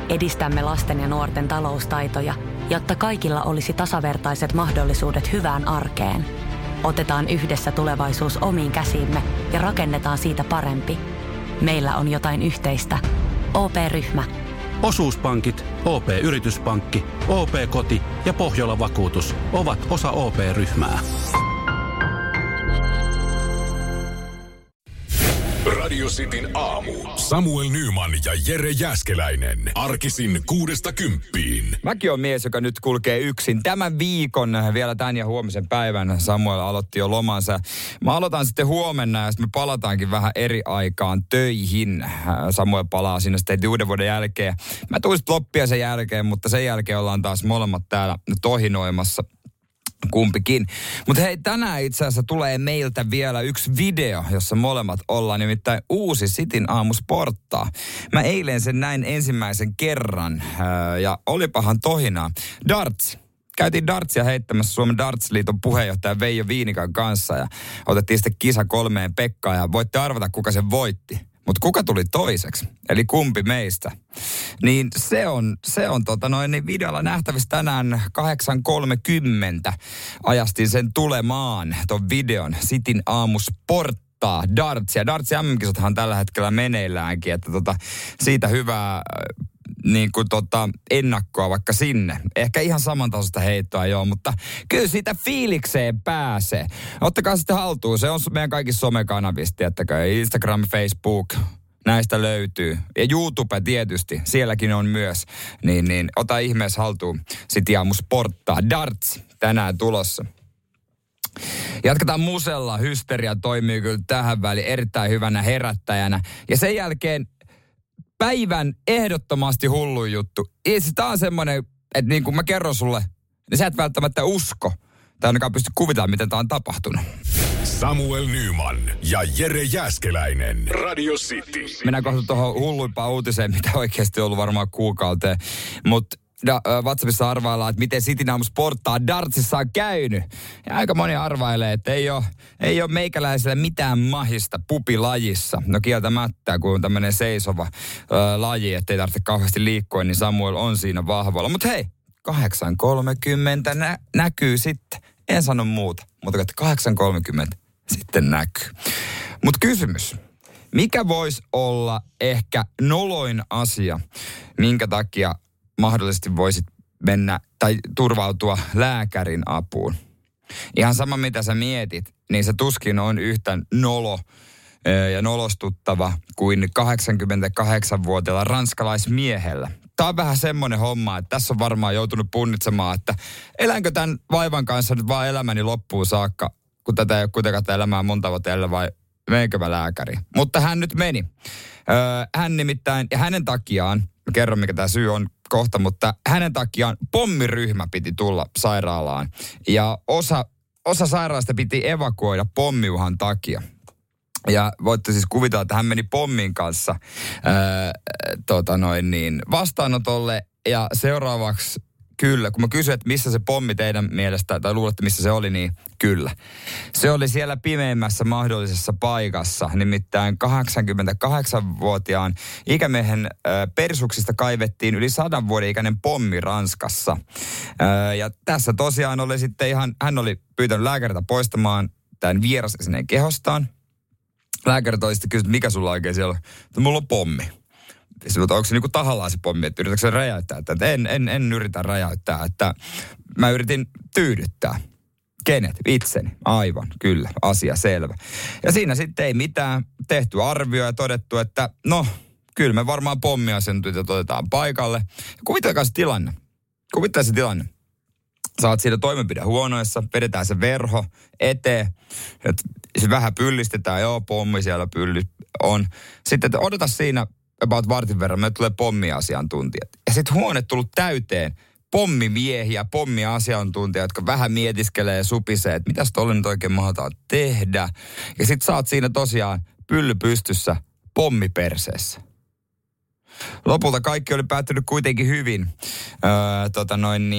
edistämme lasten ja nuorten taloustaitoja, jotta kaikilla olisi tasavertaiset mahdollisuudet hyvään arkeen. Otetaan yhdessä tulevaisuus omiin käsiimme ja rakennetaan siitä parempi. Meillä on jotain yhteistä. OP-ryhmä. Osuuspankit, OP-yrityspankki, OP-koti ja Pohjola-vakuutus ovat osa OP-ryhmää. Radio Cityn aamu. Samuel Nyman ja Jere Jääskeläinen. Arkisin 6–10. Mäkin on mies, joka nyt kulkee yksin. Tämän viikon, vielä tän ja huomisen päivän, Samuel aloitti jo lomansa. Mä aloitan sitten huomenna ja sitten me palataankin vähän eri aikaan töihin. Samuel palaa sinne sitten uuden vuoden jälkeen. Mä tuun sitten loppia sen jälkeen, mutta sen jälkeen ollaan taas molemmat täällä tohinoimassa. Kumpikin. Mutta hei, tänään itse asiassa tulee meiltä vielä yksi video, jossa molemmat ollaan, nimittäin uusi Cityn aamusporttaa. Mä eilen sen näin ensimmäisen kerran ja olipahan tohinaa. Darts. Käytiin dartsia heittämässä Suomen Darts-liiton puheenjohtaja Veijo Viinikan kanssa ja otettiin sitten kisa 3 Pekkaan ja voitte arvata, kuka sen voitti. Mutta kuka tuli toiseksi? Eli kumpi meistä? Niin se on niin videolla nähtävissä tänään 8:30. Ajastin sen tulemaan, ton videon, Cityn aamusporttaa, dartsia. Darts MM-kisathan tällä hetkellä meneilläänkin, että siitä hyvää niin kuin ennakkoa vaikka sinne. Ehkä ihan samantasoista heittoa joo, mutta kyllä siitä fiilikseen pääsee. Ottakaa sitten haltuun. Se on meidän kaikissa somekanavissa, tiettäkö? Instagram, Facebook, näistä löytyy. Ja YouTube tietysti, sielläkin on myös. Niin ota ihmeessä haltuun. Sitten aamusporttaa. Darts tänään tulossa. Jatketaan musella. Hysteria toimii kyllä tähän väliin erittäin hyvänä herättäjänä. Ja sen jälkeen päivän ehdottomasti hullu juttu. Tämä on semmoinen, että niin kuin mä kerron sulle, niin sä et välttämättä usko. Tai ainakaan pysty kuvitella, miten tämä on tapahtunut. Samuel Nyman ja Jere Jääskeläinen. Radio City. Mennään kohta tuohon hulluimpaan uutiseen, mitä oikeasti on ollut varmaan kuukauteen. Mutta WhatsAppissa arvaillaan, että miten Cityn aamusporttaa dartsissa on käynyt. Ja aika moni arvailee, että ei ole meikäläisellä mitään mahista pupilajissa. No kieltämättä, kun on tämmöinen seisova laji, että ei tarvitse kauheasti liikkua, niin Samuel on siinä vahvalla. Mutta hei, 8:30 näkyy sitten. En sano muuta, mutta 8:30 sitten näkyy. Mutta kysymys. Mikä voisi olla ehkä noloin asia, minkä takia mahdollisesti voisit mennä tai turvautua lääkärin apuun? Ihan sama mitä sä mietit, niin se tuskin on yhtä nolo ja nolostuttava kuin 88-vuotiaalla ranskalaismiehellä. Tämä on vähän semmoinen homma, että tässä on varmaan joutunut punnitsemaan, että elänkö tämän vaivan kanssa nyt vaan elämäni loppuun saakka, kun tätä ei ole kuitenkaan elämää monta vuotta jäljellä, vai menenkö mä lääkäriin? Mutta hän nyt meni. Hän nimittäin, ja hänen takiaan, mä kerron mikä tämä syy on kohta, mutta hänen takiaan pommiryhmä piti tulla sairaalaan. Ja osa sairaalasta piti evakuoida pommiuhan takia. Ja voitte siis kuvitella, että hän meni pommin kanssa vastaanotolle. Ja seuraavaksi kyllä, kun mä kysyin, että missä se pommi teidän mielestä, tai luulette missä se oli, niin kyllä. Se oli siellä pimeimmässä mahdollisessa paikassa, nimittäin 88-vuotiaan ikämiehen persuksista kaivettiin yli 100 vuoden ikäinen pommi Ranskassa. Ja tässä tosiaan oli sitten hän oli pyytänyt lääkäriltä poistamaan tämän vierasesineen kehostaan. Lääkäri toi sitten kysynyt, mikä sulla oikein siellä on? Että mulla on pommi. Sitten, onko se niinku tahallaan se pommi, että yritätkö se räjäyttää? Että en yritä räjäyttää, että mä yritin tyydyttää. Kenet? Itseni. Aivan, kyllä. Asia selvä. Ja siinä sitten ei mitään tehty arvio ja todettu, että no, kyllä me varmaan pommiasiantuntijat otetaan paikalle. Kuvitelkaa se tilanne. Sä oot siinä toimenpidehuoneessa, vedetään se verho eteen, että se vähän pyllistetään, joo, pommi siellä on. Sitten odota siinä about vartin verran, me tulee pommiasiantuntijat. Ja sitten huone tullut täyteen pommimiehiä, pommiasiantuntijat, jotka vähän mietiskelee ja supisee, että mitäs tolle nyt oikein mahdotaan tehdä. Ja sitten sä oot siinä tosiaan pylly pystyssä pommiperseessä. Lopulta kaikki oli päättynyt kuitenkin hyvin.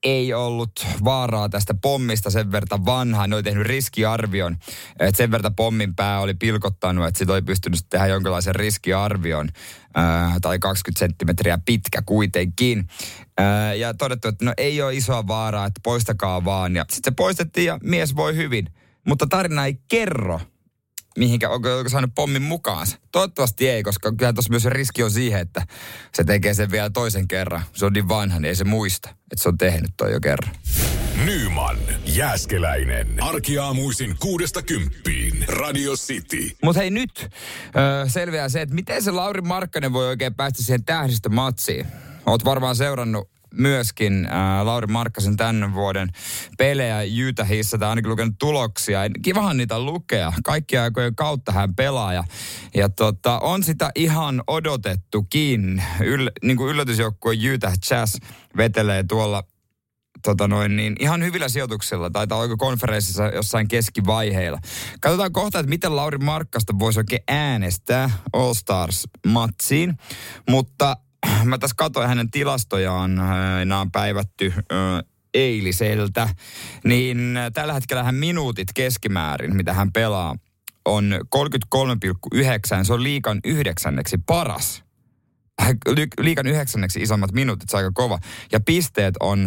ei ollut vaaraa tästä pommista sen verran vanhaa. Ne oli tehnyt riskiarvion, että sen verran pommin pää oli pilkottanut, että siitä oli pystynyt tehdä jonkinlaisen riskiarvion. Tai 20 senttimetriä pitkä kuitenkin. Ja todettu, että no ei ole isoa vaaraa, että poistakaa vaan. Ja sitten se poistettiin ja mies voi hyvin. Mutta tarina ei kerro, onko saanut pommin mukaansa. Toivottavasti ei, koska kyllä tuossa myös riski on siihen, että se tekee sen vielä toisen kerran. Se on niin vanha, niin ei se muista, että se on tehnyt toi jo kerran. Nyman, Jääskeläinen. Arkiaamuisin 6–10. Radio City. Mutta hei nyt selviää se, että miten se Lauri Markkanen voi oikein päästä siihen tähdistömatsiin. Oot varmaan seurannut myöskin Lauri Markkasen tämän vuoden pelejä Utahissa, tai ainakin lukenut tuloksia. Kivahan niitä lukea. Kaikkia aikojen kautta hän pelaa. Ja on sitä ihan odotettukin. Niin kuin yllätysjoukkue Utah Jazz vetelee tuolla ihan hyvillä sijoituksilla. Taitaa olla konferenssissa jossain keskivaiheilla. Katsotaan kohta, että miten Lauri Markkasta voisi oikein äänestää All Stars-matsiin. Mutta mä tässä katsoin hänen tilastojaan, nämä on päivätty eiliseltä, niin tällä hetkellä hän minuutit keskimäärin, mitä hän pelaa, on 33,9. Se on liigan 9. paras. Liigan 9. isommat minuutit, se on aika kova. Ja pisteet on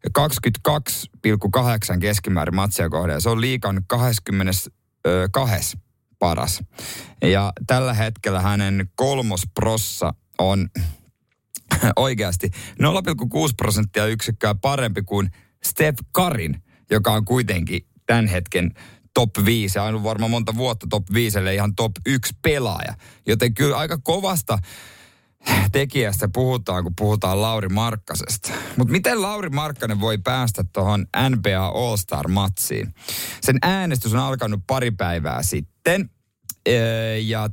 22,8 keskimäärin matsia kohden. Se on liigan 22. paras. Ja tällä hetkellä hänen kolmosprossa on oikeasti 0,6% yksikköä parempi kuin Steph Curryn, joka on kuitenkin tämän hetken top 5. Ja on varmaan monta vuotta top 5, eli ihan top 1 pelaaja. Joten kyllä aika kovasta tekijästä puhutaan, kun puhutaan Lauri Markkasesta. Mutta miten Lauri Markkanen voi päästä tuohon NBA All-Star-matsiin? Sen äänestys on alkanut pari päivää sitten. Ja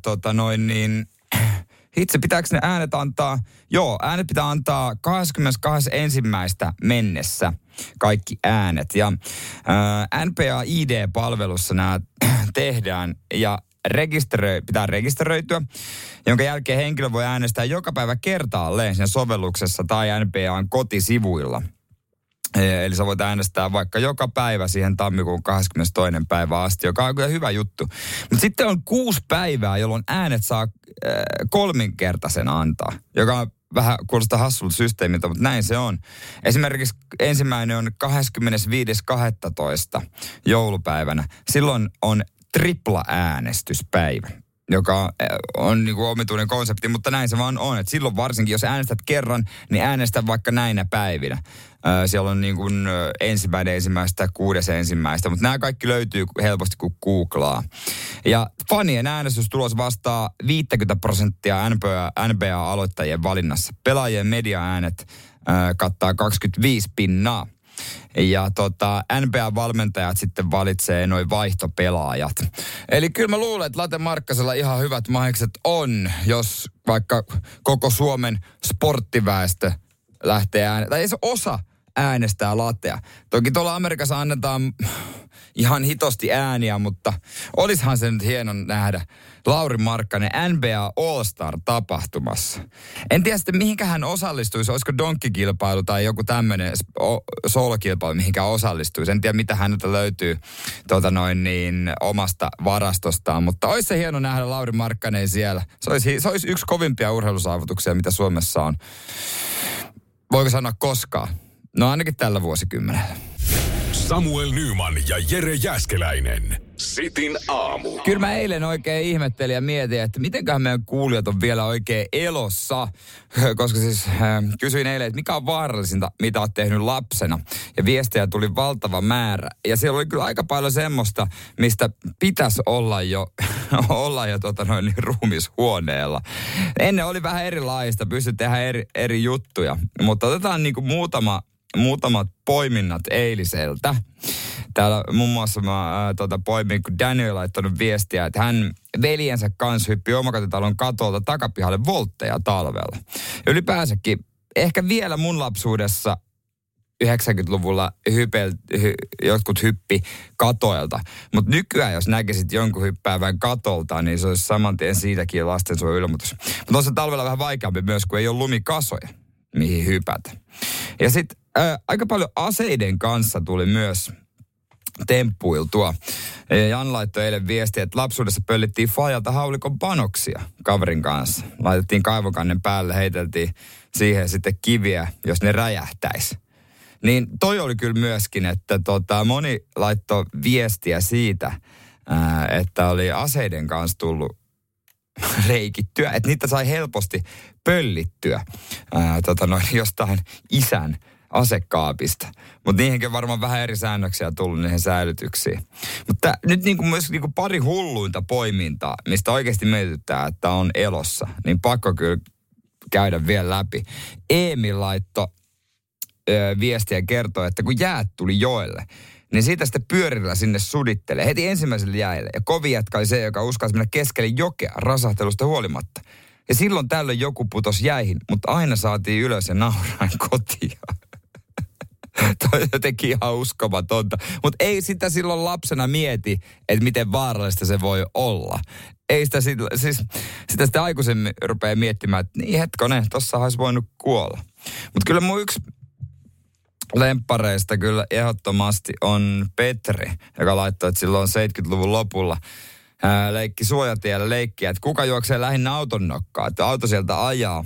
itse pitääkö ne äänet antaa? Joo, äänet pitää antaa 22.1. mennessä. Kaikki äänet. Ja NBA ID-palvelussa nämä tehdään ja pitää rekisteröityä, jonka jälkeen henkilö voi äänestää joka päivä kertaalleen sen sovelluksessa tai NBA:n kotisivuilla. Eli sä voit äänestää vaikka joka päivä siihen tammikuun 22. päivä asti, joka on kyllä hyvä juttu. Mutta sitten on 6 päivää, jolloin äänet saa kolminkertaisen antaa, joka on vähän kuulostaa hassulta systeemiltä, mutta näin se on. Esimerkiksi ensimmäinen on 25.12. joulupäivänä. Silloin on tripla-äänestyspäivä, joka on niin kuin omituinen konsepti, mutta näin se vaan on. Et silloin varsinkin, jos äänestät kerran, niin äänestä vaikka näinä päivinä. Siellä on niin kuin 1.1. Mutta nämä kaikki löytyy helposti, kun googlaa. Ja fanien äänestystulos vastaa 50% NBA-aloittajien valinnassa. Pelaajien media-äänet kattaa 25%. Ja NBA-valmentajat sitten valitsee noin vaihtopelaajat. Eli kyllä mä luulen, että Latte Markkasella ihan hyvät mahikset on, jos vaikka koko Suomen sporttiväestö lähtee tai ei se osa äänestää Lattea. Toki tuolla Amerikassa annetaan ihan hitosti ääniä, mutta olishan se nyt hieno nähdä Lauri Markkanen NBA All-Star-tapahtumassa. En tiedä sitten, mihinkä hän osallistuisi. Olisiko donkkikilpailu tai joku tämmöinen soolokilpailu, mihinkä osallistuisi. En tiedä, mitä häneltä löytyy omasta varastostaan, mutta olisi se hieno nähdä Lauri Markkanen siellä. Se olisi yksi kovimpia urheilusaavutuksia, mitä Suomessa on. Voiko sanoa koskaan? No ainakin tällä vuosikymmenellä. Samuel Nyman ja Jere Jääskeläinen. Sitin aamu. Kyllä mä eilen oikein ihmettelin ja mietin, että mitenköhän meidän kuulijat on vielä oikein elossa. Koska siis kysyin eilen, että mikä on vaarallisinta, mitä oot tehnyt lapsena. Ja viestejä tuli valtava määrä. Ja siellä oli kyllä aika paljon semmoista, mistä pitäisi olla jo ruumishuoneella. Ennen oli vähän erilaista, pystyi tehdä eri juttuja. Mutta otetaan niinku muutamat poiminnat eiliseltä. Täällä muun muassa poimin, kun Daniel on laittanut viestiä, että hän veljensä kanssa hyppi omakotitalon katolta takapihalle voltteja talvella. Ylipäänsäkin ehkä vielä mun lapsuudessa 90-luvulla jotkut hyppi katoilta. Mutta nykyään, jos näkisit jonkun hyppäävän katolta, niin se olisi saman tien siitäkin lastensuojelilmoitus. Mutta on se talvella vähän vaikeampi myös, kun ei ole lumikasoja, mihin hypätä. Ja sitten aika paljon aseiden kanssa tuli myös temppuiltua. Jan laittoi eilen viestiä, että lapsuudessa pöllittiin fajalta haulikon panoksia kaverin kanssa. Laitettiin kaivokannen päälle, heiteltiin siihen sitten kiviä, jos ne räjähtäisi. Niin toi oli kyllä myöskin, että moni laittoi viestiä siitä, että oli aseiden kanssa tullut reikittyä, että niitä sai helposti pöllittyä jostain isän asekaapista. Mutta niihinkin on varmaan vähän eri säännöksiä tullut niihin säilytyksiin. Mutta nyt myös pari hulluinta poimintaa, mistä oikeasti mietitään, että on elossa, niin pakko kyllä käydä vielä läpi. Emil laittoi viestiä kertoi, että kun jäät tuli joelle, niin siitä sitten pyörillä sinne sudittelee heti ensimmäiselle jäille. Ja kovin jätkä oli se, joka uskalsi mennä keskelle jokea rasahtelusta huolimatta. Ja silloin tällöin joku putosi jäihin, mutta aina saatiin ylös ja nauraen kotiin. Toi jotenkin ihan uskomatonta. Mutta ei sitä silloin lapsena mieti, että miten vaarallista se voi olla. Ei sitä sitä aikuisemmin rupeaa miettimään, että niin hetkonen, tossa olisi voinut kuolla. Mutta kyllä mun yksi lemppareista kyllä ehdottomasti on Petri, joka laittoi, että silloin 70-luvun lopulla leikki suojatiellä leikkiä, että kuka juoksee lähinnä auton nokkaa, että auto sieltä ajaa.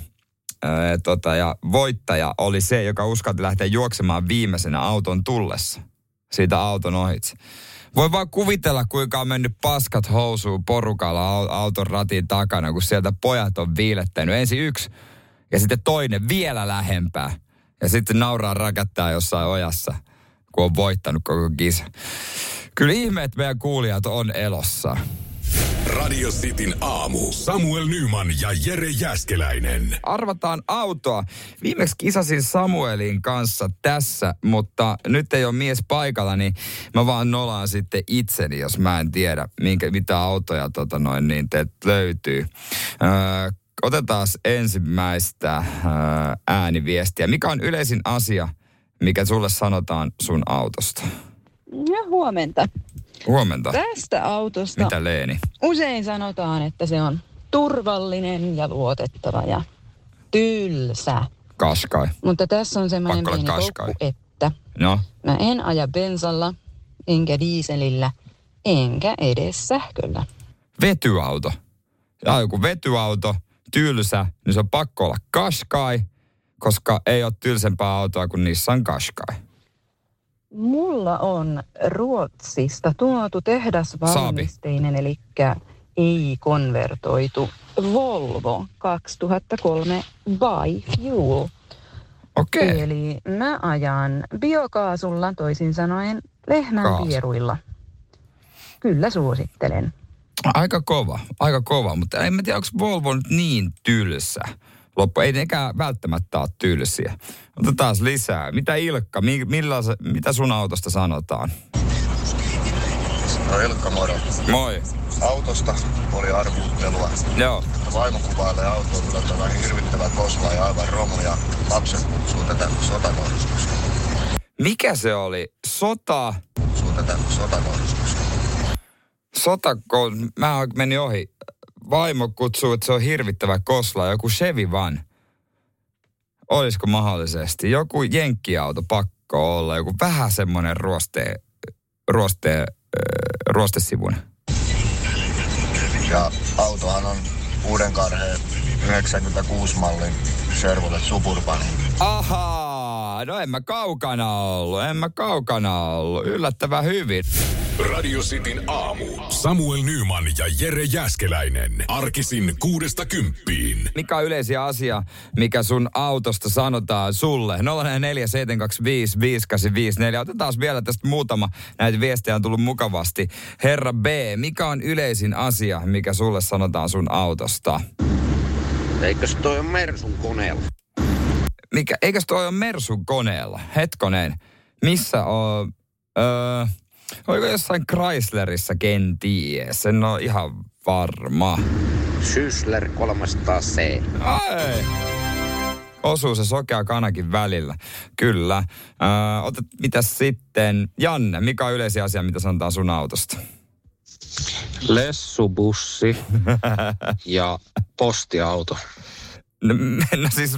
Ja voittaja oli se, joka uskalti lähteä juoksemaan viimeisenä auton tullessa siitä auton ohitse. Voi vaan kuvitella, kuinka on mennyt paskat housuun porukalla auton ratin takana, kun sieltä pojat on viilettänyt. Ensin yksi ja sitten toinen vielä lähempää. Ja sitten nauraa rakattaa jossain ojassa, kun on voittanut koko kisa. Kyllä ihme, että meidän kuulijat on elossa. Radio Cityn aamu. Samuel Nyman ja Jere Jääskeläinen. Arvataan autoa. Viimeksi kisasin Samuelin kanssa tässä, mutta nyt ei ole mies paikalla, niin mä vaan nolaan sitten itseni, jos mä en tiedä, mitä autoja teiltä löytyy. Otetaan ensimmäistä ääniviestiä. Mikä on yleisin asia, mikä sulle sanotaan sun autosta? Ja huomenta. Huomenta. Tästä autosta mitä Leeni? Usein sanotaan, että se on turvallinen ja luotettava ja tylsä. Kaskai. Mutta tässä on semmoinen pieni koukku, että mä en aja bensalla, enkä dieselillä, enkä edes sähköllä. Vetyauto. Ja joku vetyauto, tylsä, niin se on pakko olla Qashqai, koska ei ole tylsempää autoa kuin Nissan Qashqai. Mulla on Ruotsista tuotu tehdasvalmisteinen, eli ei konvertoitu Volvo 2003 Biofuel. Okei. Eli mä ajan biokaasulla, toisin sanoen lehmän pieruilla. Kyllä suosittelen. Aika kova, mutta en mä tiedä, onko Volvo nyt niin tylsä. Ei nekään välttämättä ole tylsiä. Otetaan lisää. Mitä Ilkka, mitä sun autosta sanotaan? No Ilkka, moro. Moi. Autosta oli arvuttelua. Joo. Vaimo kuvailee autoa yllättävän hirvittävä kosla ja aivan romu ja lapset kutsuu tätä sotakorstusta. Mikä se oli? Kutsuu tätä sotakorstusta. Mä menin ohi. Vaimo kutsuu, että se on hirvittävä kosla, joku Chevy Van. Olisiko mahdollisesti? Joku jenkkiauto pakko olla, joku vähän semmoinen ruostesivuinen. Ja autohan on Uudenkarheen 96 mallin Chevrolet Suburban. Ahaa, no en mä kaukana ollut. Yllättävän hyvin. Radio Cityn aamu. Samuel Nyman ja Jere Jääskeläinen. Arkisin 6–10. Mikä on yleisiä asia, mikä sun autosta sanotaan sulle? 047255854. Otetaan vielä tästä muutama. Näitä viestejä on tullut mukavasti. Herra B, mikä on yleisin asia, mikä sulle sanotaan sun autosta? Eikös toi on Mersun koneella? Eikös toi on Mersun koneella? Hetkonen. Missä on... Oliko jossain Chryslerissa kenties? En ole ihan varma. Chrysler 300C. Ai! Osuu se sokea kanakin välillä. Kyllä. Mitäs sitten? Janne, mikä on yleisiä asia, mitä sanotaan sun autosta? Lessubussi ja postiauto. No siis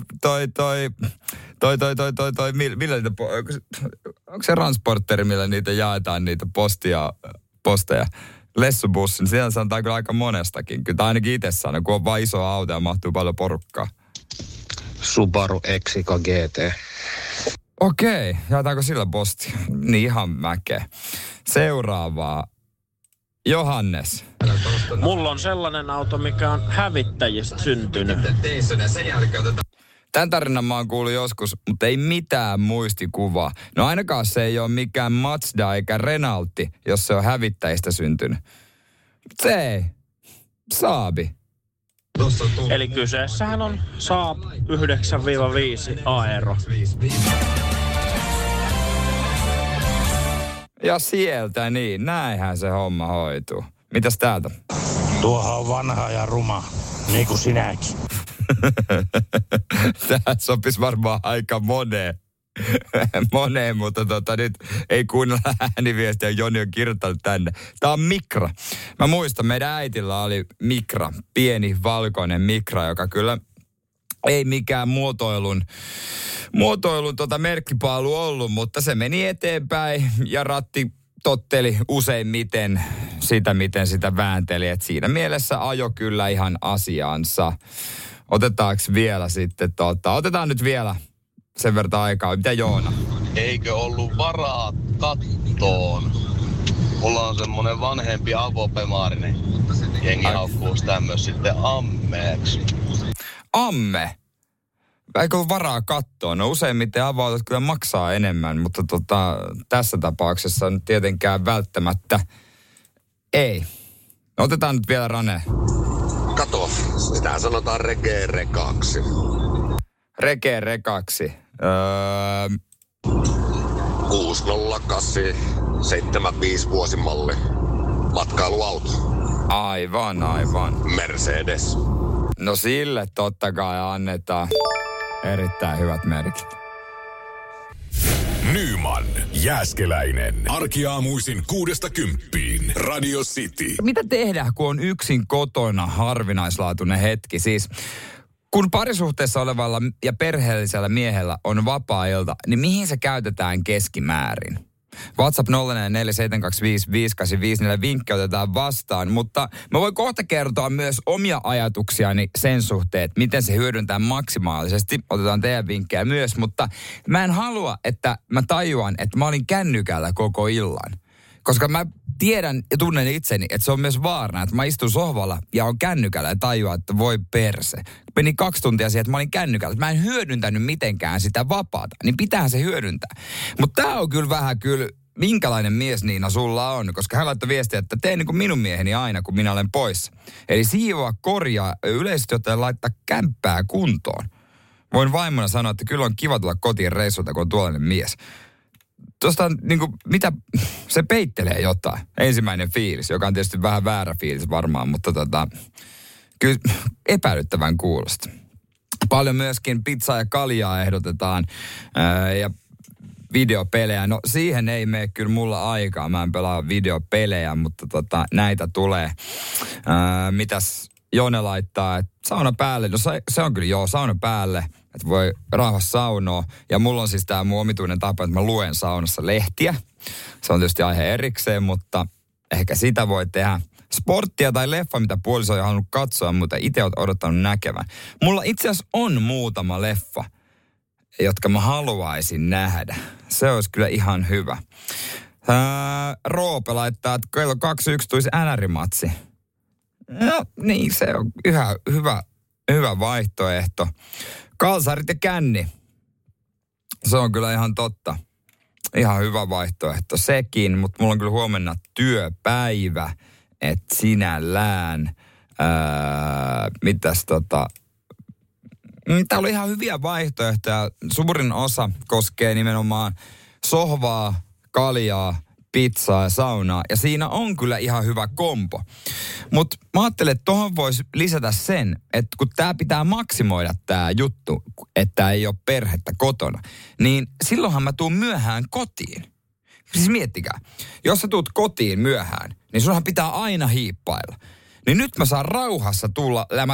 millä niitä, onko se transporteri, millä niitä jaetaan, niitä posteja? Lessubussin, siellä sanotaan kyllä aika monestakin. Kyllä ainakin itse sanon, kun on vain iso auto ja mahtuu paljon porukkaa. Subaru Exica GT. Okei, jaetaanko sillä postia? Niin ihan mäkeä. Seuraavaa. Johannes. Mulla on sellainen auto, mikä on hävittäjistä syntynyt. Tämän tarinan mä oon kuullut joskus, mutta ei mitään muistikuvaa. No ainakaan se ei ole mikään Mazda eikä Renaultti, jos se on hävittäjistä syntynyt. Se ei. Saabi. Eli kyseessähän on Saab 9-5 Aero. Ja sieltä niin, näinhän se homma hoituu. Mitäs täältä? Tuohan on vanha ja ruma, niin kuin sinäkin. Tämä sopisi varmaan aika moneen, mutta nyt ei kuunnella ääniviestiä, Joni on kirjoittanut tänne. Tämä on Micra. Mä muistan, meidän äitillä oli Micra, pieni valkoinen Micra, joka kyllä ei mikään muotoilun merkkipaalu ollut, mutta se meni eteenpäin ja ratti totteli useimmiten sitä, miten sitä väänteli. Et siinä mielessä ajo kyllä ihan asiaansa. Otetaanko vielä sitten, otetaan nyt vielä sen verran aikaa. Mitä Joona? Eikö ollut varaa kattoon? Mulla on semmonen vanhempi avopemaarinen. Jengi haukkuu sitä myös sitten ammeeksi. Amme? Eikö ollut varaa kattoon? No useimmiten avoautot kyllä maksaa enemmän, mutta tässä tapauksessa nyt tietenkään välttämättä ei. No, otetaan nyt vielä Rane. Kato, sitä sanotaan regeerekaksi. Regeerekaksi. 608, 75 vuosimalli. Matkailuauto. Aivan. Mercedes. No sille totta kai annetaan erittäin hyvät merkit. Nyman, Jääskeläinen. Arkiaamuisin 6–10. Radio City. Mitä tehdä, kun on yksin kotona harvinaislaatuinen hetki? Siis kun parisuhteessa olevalla ja perheellisellä miehellä on vapaa-ilta, niin mihin se käytetään keskimäärin? WhatsApp 047255854 vinkkejä otetaan vastaan, mutta mä voin kohta kertoa myös omia ajatuksiani sen suhteen, että miten se hyödyntää maksimaalisesti. Otetaan teidän vinkkejä myös, mutta mä en halua, että mä tajuan, että mä olin kännykällä koko illan. Koska mä tiedän ja tunnen itseni, että se on myös vaarana, että mä istun sohvalla ja on kännykällä ja tajuan, että voi perse. Meni 2 tuntia siihen, että mä olin kännykällä. Mä en hyödyntänyt mitenkään sitä vapaata, niin pitää se hyödyntää. Mutta tää on kyllä vähän minkälainen mies Niina sulla on, koska hän laittoi viestiä, että tee niin kuin minun mieheni aina, kun minä olen poissa. Eli siivoa, korjaa, yleisesti ottaen laittaa kämppää kuntoon. Voin vaimona sanoa, että kyllä on kiva tulla kotiin reissulta, kun on tuollainen mies. Tuosta niinku, mitä, se peittelee jotain. Ensimmäinen fiilis, joka on tietysti vähän väärä fiilis varmaan, mutta kyllä epäilyttävän kuulosta. Paljon myöskin pizzaa ja kaljaa ehdotetaan ja videopelejä. No siihen ei mene kyllä mulla aikaa. Mä en pelaa videopelejä, mutta näitä tulee. Mitäs Jone laittaa, että sauna päälle. No se on kyllä sauna päälle. Että voi rauhassa saunoa. Ja mulla on siis tää mun omituinen tapa, että mä luen saunassa lehtiä. Se on tietysti aihe erikseen, mutta ehkä sitä voi tehdä. Sporttia tai leffa, mitä puoliso on halunnut katsoa, mutta itse olet odottanut näkevän. Mulla itse asiassa on muutama leffa, jotka mä haluaisin nähdä. Se olisi kyllä ihan hyvä. Roope laittaa, että kello 21 tulisi NR-matsi. No niin, se on hyvä vaihtoehto. Kalsarit ja känni. Se on kyllä ihan totta. Ihan hyvä vaihtoehto sekin, mutta mulla on kyllä huomenna työpäivä, että sinällään, täällä oli ihan hyviä vaihtoehtoja. Suurin osa koskee nimenomaan sohvaa, kaljaa, pizzaa ja saunaa. Ja siinä on kyllä ihan hyvä kompo. Mutta mä ajattelen, että tohon voisi lisätä sen, että kun tää pitää maksimoida tää juttu, että ei ole perhettä kotona, niin silloinhan mä tuun myöhään kotiin. Siis miettikää, jos sä tuut kotiin myöhään, niin sunhan pitää aina hiippailla. Niin nyt mä saan rauhassa tulla lämätä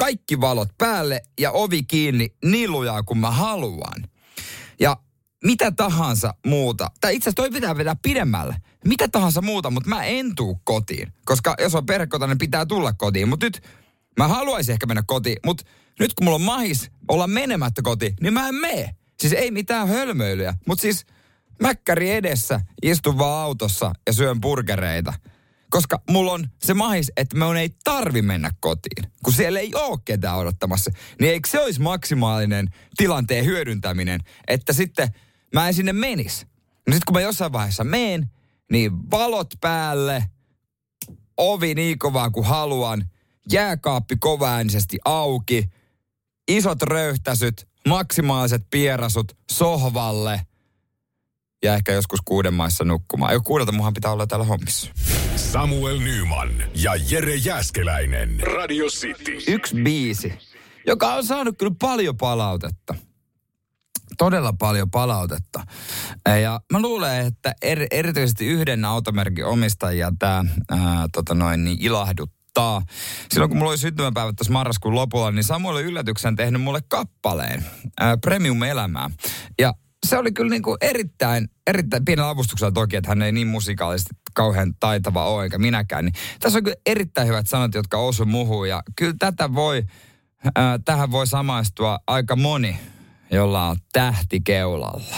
kaikki valot päälle ja ovi kiinni niin lujaa kuin mä haluan. Ja mitä tahansa muuta, tai itse asiassa toi pitää vetää pidemmälle, mitä tahansa muuta, mutta mä en tuu kotiin. Koska jos on perhekotainen, pitää tulla kotiin. Mutta nyt mä haluaisin ehkä mennä kotiin, mutta nyt kun mulla on mahis olla menemättä kotiin, niin mä en mene. Siis ei mitään hölmöilyjä, mutta siis mäkkäri edessä, istun vaan autossa ja syön burgereita. Koska mulla on se mahis, että mun ei tarvi mennä kotiin, kun siellä ei ole ketään odottamassa. Niin eikö se olisi maksimaalinen tilanteen hyödyntäminen, että sitten mä en sinne menis. No sit kun mä jossain vaiheessa meen, niin valot päälle, ovi niin kovaa kuin haluan, jääkaappi kovaäänisesti auki, isot röyhtäsyt, maksimaaliset pierasut sohvalle ja ehkä joskus 6 maissa nukkumaan. 6 muhan pitää olla täällä hommissa. Samuel Nyman ja Jere Jääskeläinen. Radio City. Yksi biisi, joka on saanut kyllä paljon palautetta. Todella paljon palautetta. Ja mä luulen, että erityisesti yhden automerkin omistajia tämä ilahduttaa. Silloin kun mulla oli syntymäpäivät tuossa marraskuun lopulla, niin Samuel oli yllätyksen tehnyt mulle kappaleen Premium-elämää. Ja se oli kyllä niin kuin erittäin pienellä avustuksella toki, että hän ei niin musikaalisesti kauhean taitava ole, eikä minäkään. Niin tässä on kyllä erittäin hyvät sanat, jotka osu muhun. Ja kyllä tähän voi samaistua aika moni, jolla on tähti keulalla.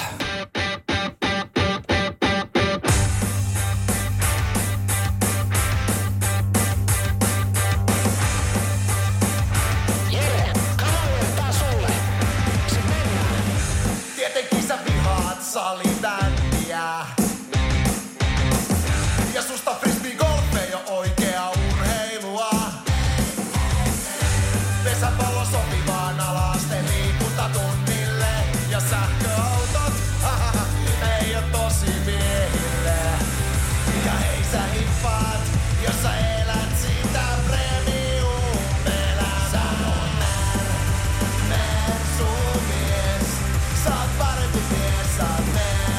Salibändiä. Ja susta frisbeegolf ei oo oikea urheilua. Pesäpallo sopivaan alasten liikuntatunnille. Ja sähköautot, ei oo tosi miehille. Ja hei sä hippaat, jos sä elät sitä premium-elämää. Sä oot mersumies, sä oot parempi mies, sä oot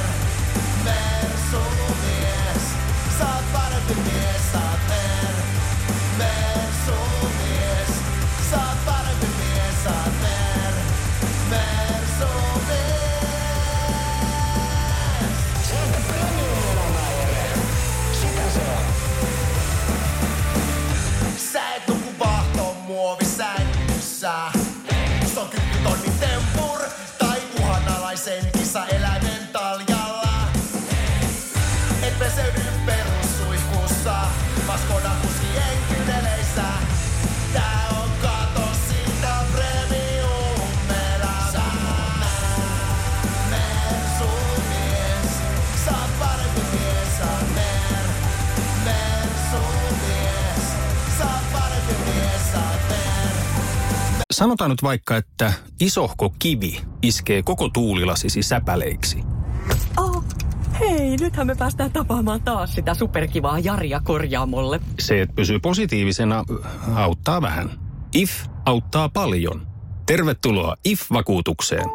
mersumies. Sä oot parempi mies, sä oot mersumies. Sä oot parempi mies, sä oot mersumies. Se on premium-elämää, Jere. Sitä se on. Sä et nuku vahton muovisängyssä. Just on 10 tonnin tempur tai uhanalaisen kisaeläimen taljalla. Et peseydy perussuihkussa, vaan Skodan kuskien kynneleissä. Tää on kato siitä premium-elämää. Sä oot mersumies, sä oot parempi mies, sä oot mersumies. Sä oot parempi mies, sä oot Sanotaan nyt vaikka, että isohko kivi iskee koko tuulilasisi säpäleiksi. Oh, hei, nythän me päästään tapaamaan taas sitä superkivaa Jaria korjaamolle. Se, että pysyy positiivisena, auttaa vähän. IF auttaa paljon. Tervetuloa IF-vakuutukseen.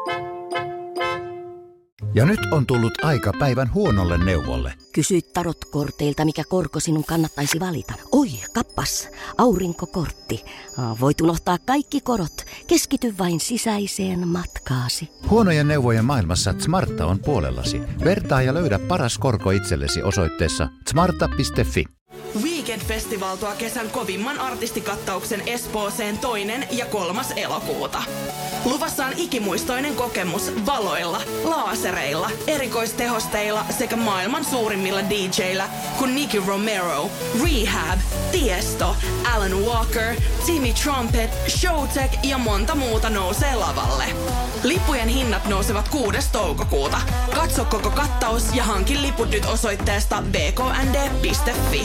Ja nyt on tullut aika päivän huonolle neuvolle. Kysy tarotkorteilta, mikä korko sinun kannattaisi valita. Oi, kappas, aurinkokortti. Voit unohtaa kaikki korot. Keskity vain sisäiseen matkaasi. Huonojen neuvojen maailmassa Smarta on puolellasi. Vertaa ja löydä paras korko itsellesi osoitteessa smarta.fi. Weekend Festival tuo kesän kovimman artistikattauksen Espooseen 2. ja 3. elokuuta. Luvassa on ikimuistoinen kokemus valoilla, laasereilla, erikoistehosteilla sekä maailman suurimmilla DJillä kuin Nicky Romero, Rehab, Tiesto, Alan Walker, Timmy Trumpet, Showtek ja monta muuta nousee lavalle. Lippujen hinnat nousevat 6. toukokuuta. Katso koko kattaus ja hankin liput nyt osoitteesta bknd.fi.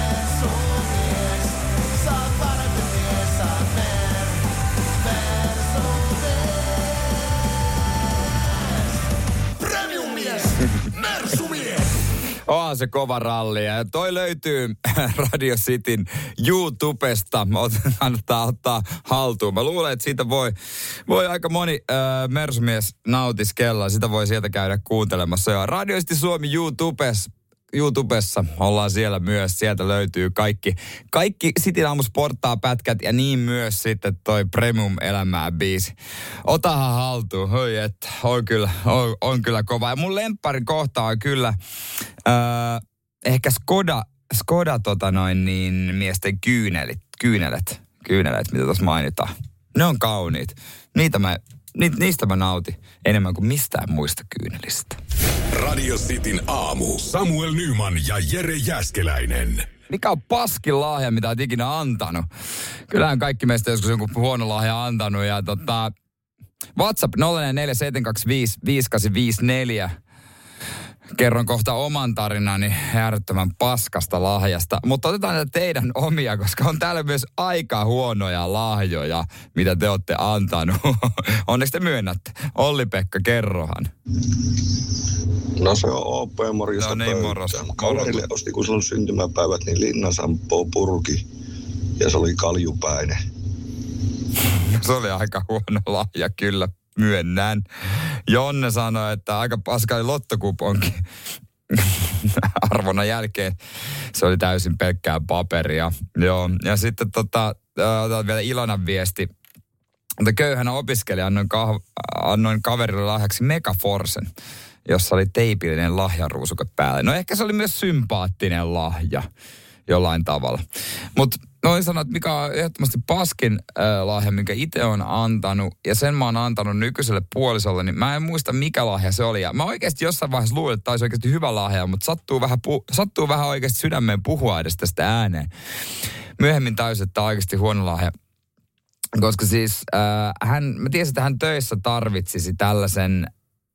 Onhan se kova ralli ja toi löytyy Radio Cityn YouTubesta. Kannattaa ottaa haltuun. Mä luulen, että siitä voi aika moni Mersumies nautiskella. Sitä voi sieltä käydä kuuntelemassa. Ja Radio City Suomi YouTubessa YouTubessa, ollaan siellä myös. Sieltä löytyy kaikki Sitin aamusporttaa pätkät ja niin myös sitten toi Premium elämää biisi. Otahan haltuun, hoi että on kyllä kova. Ja mun lempparin kohta on kyllä ehkä Skoda miesten kyynelet, mitä tuossa mainitaan. Ne on kauniit. Niistä mä nautin enemmän kuin mistään muista kyynelistä. Radio Cityn aamu. Samuel Nyman ja Jere Jääskeläinen. Mikä on paskin lahja, mitä olet ikinä antanut? Kyllähän kaikki meistä joskus jonkun huono lahja antanut. Ja WhatsApp 047255854. Kerron kohta oman tarinani äärettömän paskasta lahjasta. Mutta otetaan näitä teidän omia, koska on täällä myös aika huonoja lahjoja, mitä te olette antanut. Onneksi te myönnätte. Olli-Pekka, kerrohan. No se on OP, morjesta. No niin, moros. Kaverille osti, kun sulla on syntymäpäivät, niin Linnansampoa purki. Ja se oli kaljupäinen. Se oli aika huono lahja, kyllä. Myönnän. Jonne sanoi, että aika paska oli lottokuponki. Arvona jälkeen se oli täysin pelkkää paperia. Joo. Ja sitten otetaan vielä Ilonan viesti. Mutta köyhänä opiskelija annoin kaverille lahjaksi Megaforcen, jossa oli teipillinen lahjaruusukat päälle. No ehkä se oli myös sympaattinen lahja jollain tavalla. Mutta noin sanoa, että mikä on ehdottomasti paskin lahja, minkä itse on antanut, ja sen mä oon antanut nykyiselle puolisolle, niin mä en muista mikä lahja se oli. Ja mä oikeasti jossain vaiheessa luulin, että tämä olisi oikeasti hyvä lahja, mutta sattuu vähän oikeasti sydämeen puhua edes tästä ääneen. Myöhemmin täysin, että tämä on oikeasti huono lahja. Koska siis mä tiesin, että hän töissä tarvitsisi tällaisen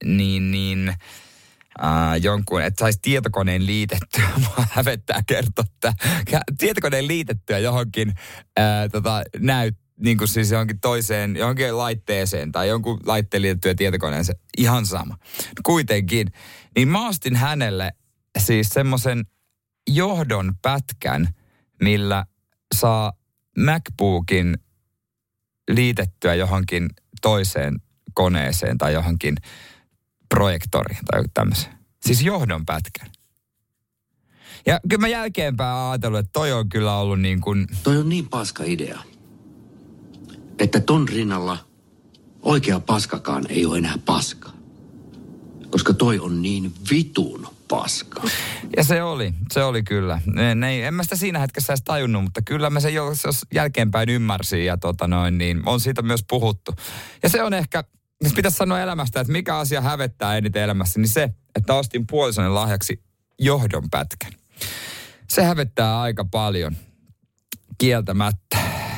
jonkun, että saisi tietokoneen liitettyä. Mua hävettää kertoa, että tietokoneen liitettyä johonkin niin kuin siis johonkin laitteeseen tai jonkun laitteen liitettyä tietokoneeseen. Ihan sama. Kuitenkin. Niin mä ostin hänelle siis semmoisen johdon pätkän, millä saa MacBookin liitettyä johonkin toiseen koneeseen tai johonkin projektoriin tai tämmöisen. Siis johdon pätkän. Ja kyllä mä jälkeenpäin ajatellut, että toi on kyllä ollut niin kuin... Toi on niin paska idea, että ton rinnalla oikea paskakaan ei ole enää paska. Koska toi on niin vitun paska. Ja se oli kyllä. En mä sitä siinä hetkessä edes tajunnut, mutta kyllä mä sen jos jälkeenpäin ymmärsin ja niin on siitä myös puhuttu. Ja se on ehkä... Jos pitäisi sanoa elämästä, että mikä asia hävettää eniten elämässä, niin se, että ostin puolisonen lahjaksi johdon pätkän. Se hävettää aika paljon, kieltämättä.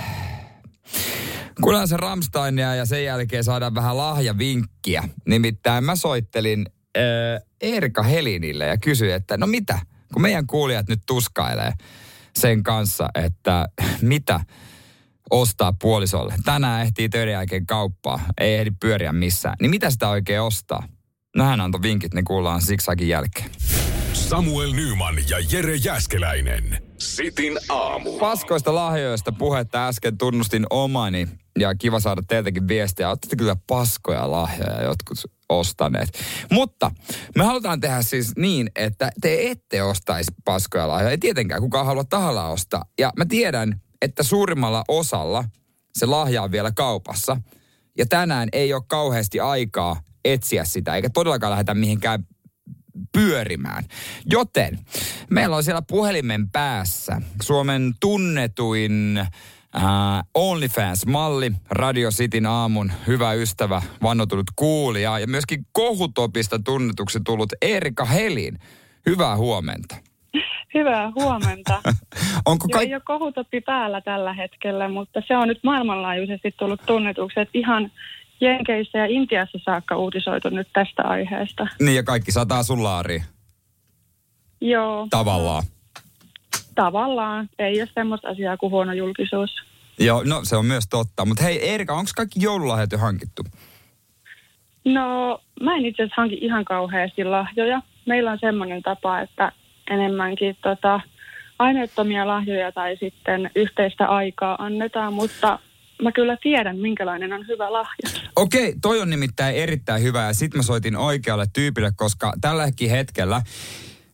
Kuulen se Rammsteinia ja sen jälkeen saadaan vähän lahjavinkkiä. Nimittäin mä soittelin Erika Helinille ja kysyin, että no mitä, kun meidän kuulijat nyt tuskailee sen kanssa, että mitä ostaa puolisolle. Tänään ehtii töiden jälkeen kauppaa, ei ehdi pyöriä missään. Niin mitä sitä oikein ostaa? No hän antoi vinkit, ne kuullaan Zigzagin jälkeen. Samuel Nyman ja Jere Jääskeläinen. Sitin aamu. Paskoista lahjoista puhetta äsken tunnustin omani. Ja kiva saada teiltäkin viestiä. Olette kyllä paskoja lahjoja jotkut ostaneet. Mutta me halutaan tehdä siis niin, että te ette ostaisi paskoja lahjoja. Ei tietenkään kukaan halua tahalla ostaa. Ja mä tiedän, että suurimmalla osalla se lahja on vielä kaupassa. Ja tänään ei ole kauheasti aikaa etsiä sitä, eikä todellakaan lähdetä mihinkään pyörimään. Joten meillä on siellä puhelimen päässä Suomen tunnetuin OnlyFans-malli, Radio Cityn aamun hyvä ystävä, vannotunut kuulija ja myöskin Kohutopista tunnetuksi tullut Erika Helin. Hyvää huomenta. Hyvää huomenta. Ei ole Kohutoppi päällä tällä hetkellä, mutta se on nyt maailmanlaajuisesti tullut tunnetuksi, että ihan Jenkeissä ja Intiassa saakka uutisoitu nyt tästä aiheesta. Niin ja kaikki sataa sun laariin. Joo. Tavallaan. Ei ole semmoista asiaa kuin huono julkisuus. Joo, no se on myös totta. Mutta hei Erika, onko kaikki joululahjat jo hankittu? No, mä en itse asiassa hanki ihan kauheasti lahjoja. Meillä on semmoinen tapa, että enemmänkin aineettomia lahjoja tai sitten yhteistä aikaa annetaan, mutta mä kyllä tiedän, minkälainen on hyvä lahja. Okei, toi on nimittäin erittäin hyvä ja sit mä soitin oikealle tyypille, koska tälläkin hetkellä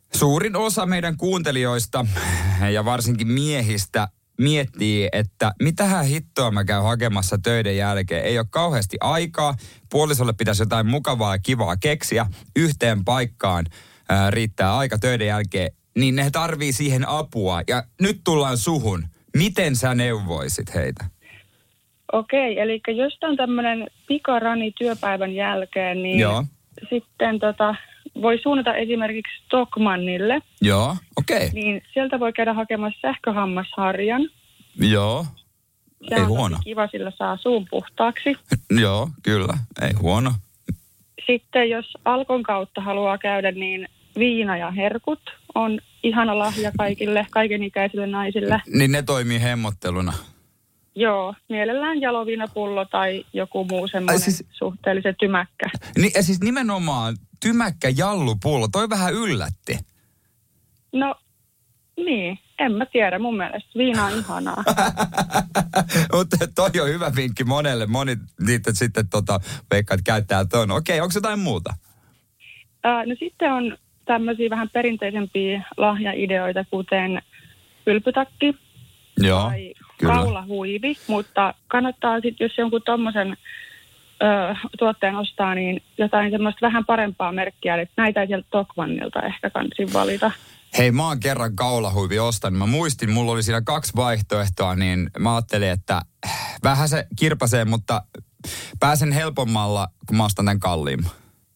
Suurin osa meidän kuuntelijoista ja varsinkin miehistä miettii, että mitähän hittoa mä käyn hakemassa töiden jälkeen. Ei ole kauheasti aikaa. Puolisolle pitäisi jotain mukavaa ja kivaa keksiä. Yhteen paikkaan riittää aika töiden jälkeen. Niin ne tarvii siihen apua. Ja nyt tullaan suhun. Miten sä neuvoisit heitä? Okei, eli jos on tämmöinen pikarani työpäivän jälkeen, niin sitten voi suunnata esimerkiksi Stockmannille. Joo, okei. Niin sieltä voi käydä hakemassa sähköhammasharjan. Joo, ei huono. Kiva, sillä saa suun puhtaaksi. Joo, kyllä, ei huono. Sitten jos Alkon kautta haluaa käydä, niin viina ja herkut on ihana lahja kaikille, kaikenikäisille naisille. Niin ne toimii hemmotteluna. Joo, mielellään jaloviinapullo tai joku muu semmoinen suhteellisen tymäkkä. Ja siis nimenomaan tymäkkä jallupullo, toi vähän yllätti. No, niin, en mä tiedä, mun mielestä viina on ihanaa. Mutta toi on hyvä vinkki monelle, moni niitä sitten veikkaat käyttää ton. Okei, onko jotain muuta? No sitten on tämmöisiä vähän perinteisempiä lahjaideoita, kuten ylpytakki. Joo. Tai kaulahuivi, mutta kannattaa sitten, jos jonkun tommosen tuotteen ostaa, niin jotain semmoista vähän parempaa merkkiä, että näitä ei sieltä Stockmannilta ehkä kannattaisi valita. Hei, mä oon kerran kaulahuivi ostanut. Mä muistin, mulla oli siinä 2 vaihtoehtoa, niin mä ajattelin, että vähän se kirpasee, mutta pääsen helpommalla, kun mä ostan tämän kalliimman.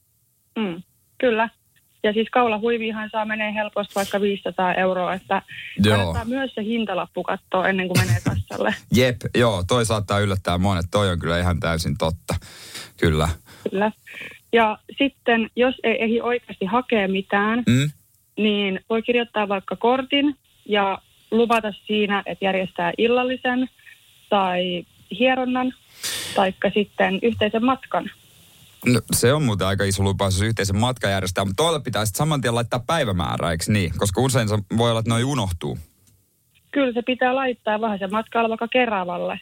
Kyllä. Ja siis kaulahuivihan menee helposti vaikka 500 €, että kannattaa myös se hintalappu katsoa ennen kuin menee kassalle. Jep, joo, toi saattaa yllättää monet. Toi on kyllä ihan täysin totta. Kyllä. Kyllä. Ja sitten, jos ei ehdi oikeasti hakea mitään, niin voi kirjoittaa vaikka kortin ja luvata siinä, että järjestää illallisen tai hieronnan, taikka sitten yhteisen matkan. No, se on muuten aika iso lupaus, jos yhteisen matkan järjestää, mutta tuolla pitää sitten saman tien laittaa päivämäärä, eikö niin? Koska usein se voi olla, että noi unohtuu. Kyllä se pitää laittaa vähän se matka vaikka Keravalle.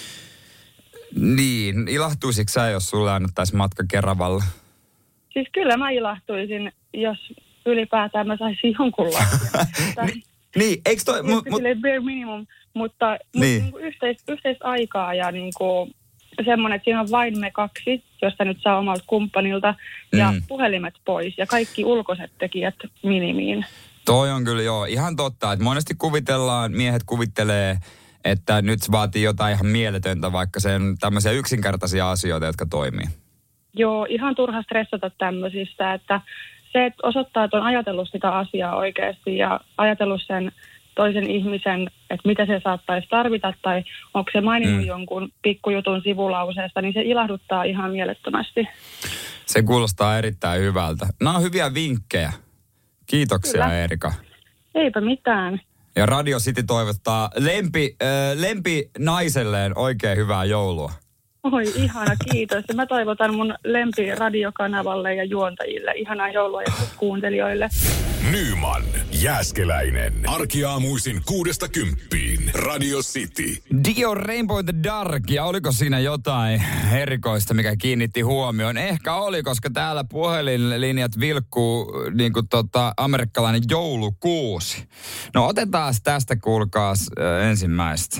Niin, ilahtuisitko sä, jos sulle annettaisiin matka Keravalle? Siis kyllä mä ilahtuisin, jos ylipäätään mä saisin jonkunlaisia. Niin, eikö toi... bare minimum, mutta niinku yhteistä aikaa ja niinku semmoinen, että siinä on vain me 2, josta nyt saa omalta kumppanilta, ja puhelimet pois, ja kaikki ulkoiset tekijät minimiin. Toi on kyllä ihan totta, että monesti miehet kuvittelee, että nyt se vaatii jotain ihan mieletöntä, vaikka se on tämmöisiä yksinkertaisia asioita, jotka toimii. Joo, ihan turha stressata tämmöisistä, että se, että osoittaa, että on ajatellut sitä asiaa oikeasti, ja ajatellut sen toisen ihmisen, että mitä se saattaisi tarvita, tai onko se maininnut jonkun pikkujutun sivulauseesta, niin se ilahduttaa ihan mielettömästi. Se kuulostaa erittäin hyvältä. Nämä on hyviä vinkkejä. Kiitoksia, kyllä. Erika. Eipä mitään. Ja Radio City toivottaa lempi naiselleen oikein hyvää joulua. Oi, ihana, kiitos. Ja mä toivotan mun lempiradiokanavalle ja juontajille ihanaa joulua ja kuuntelijoille. Nyman, Jääskeläinen. Arkiaamuisin 6–10. Radio City. Dio Rainbow in the Dark. Ja oliko siinä jotain erikoista, mikä kiinnitti huomioon? Ehkä oli, koska täällä puhelinlinjat vilkkuu niin kuin amerikkalainen joulukuusi. No otetaan tästä, kuulkaas, ensimmäistä.